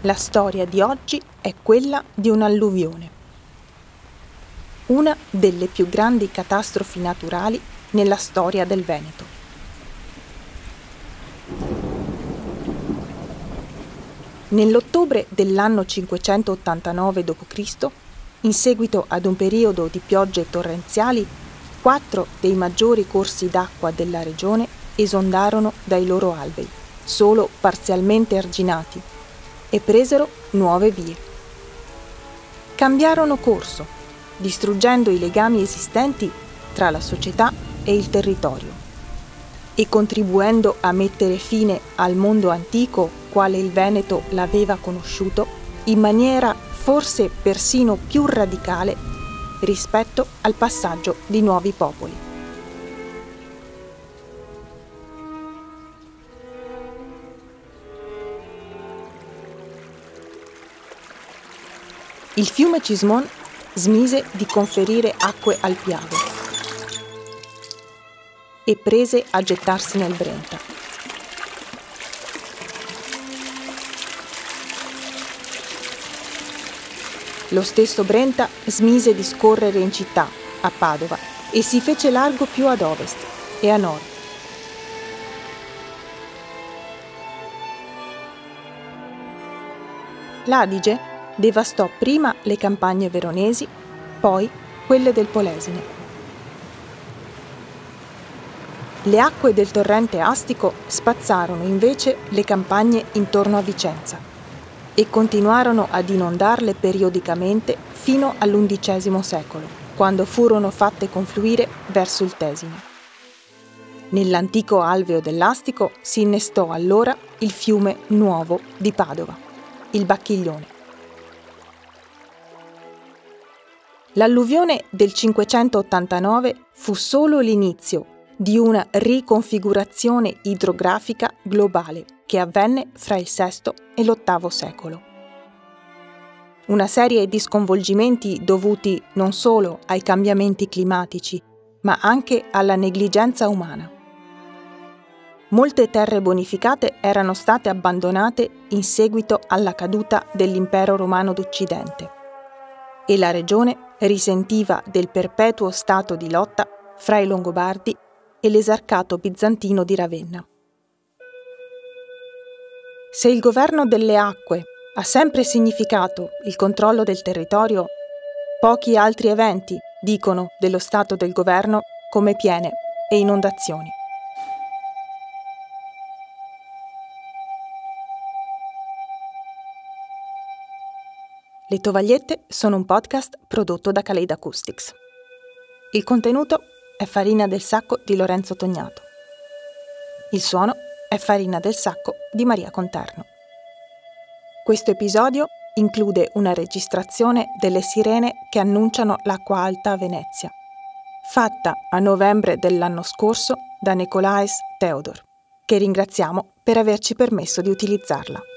La storia di oggi è quella di un'alluvione. Una delle più grandi catastrofi naturali nella storia del Veneto. Nell'ottobre dell'anno 589 d.C., in seguito ad un periodo di piogge torrenziali, 4 dei maggiori corsi d'acqua della regione esondarono dai loro alvei, solo parzialmente arginati, e presero nuove vie. Cambiarono corso, distruggendo i legami esistenti tra la società e il territorio e contribuendo a mettere fine al mondo antico quale il Veneto l'aveva conosciuto in maniera forse persino più radicale rispetto al passaggio di nuovi popoli. Il fiume Cismon smise di conferire acque al Piave e prese a gettarsi nel Brenta. Lo stesso Brenta smise di scorrere in città, a Padova, e si fece largo più ad ovest e a nord. L'Adige devastò prima le campagne veronesi, poi quelle del Polesine. Le acque del torrente Astico spazzarono invece le campagne intorno a Vicenza e continuarono ad inondarle periodicamente fino all'XI secolo, quando furono fatte confluire verso il Tesino. Nell'antico alveo dell'Astico si innestò allora il fiume nuovo di Padova, il Bacchiglione. L'alluvione del 589 fu solo l'inizio di una riconfigurazione idrografica globale che avvenne fra il VI e l'VIII secolo. Una serie di sconvolgimenti dovuti non solo ai cambiamenti climatici, ma anche alla negligenza umana. Molte terre bonificate erano state abbandonate in seguito alla caduta dell'Impero Romano d'Occidente e la regione risentiva del perpetuo stato di lotta fra i Longobardi e l'esarcato bizantino di Ravenna. Se il governo delle acque ha sempre significato il controllo del territorio, pochi altri eventi dicono dello stato del governo come piene e inondazioni. Le Tovagliette sono un podcast prodotto da Kaleid Acoustics. Il contenuto è Farina del Sacco di Lorenzo Tognato. Il suono è Farina del Sacco di Maria Conterno. Questo episodio include una registrazione delle sirene che annunciano l'acqua alta a Venezia, fatta a novembre dell'anno scorso da Nicolaes Theodor, che ringraziamo per averci permesso di utilizzarla.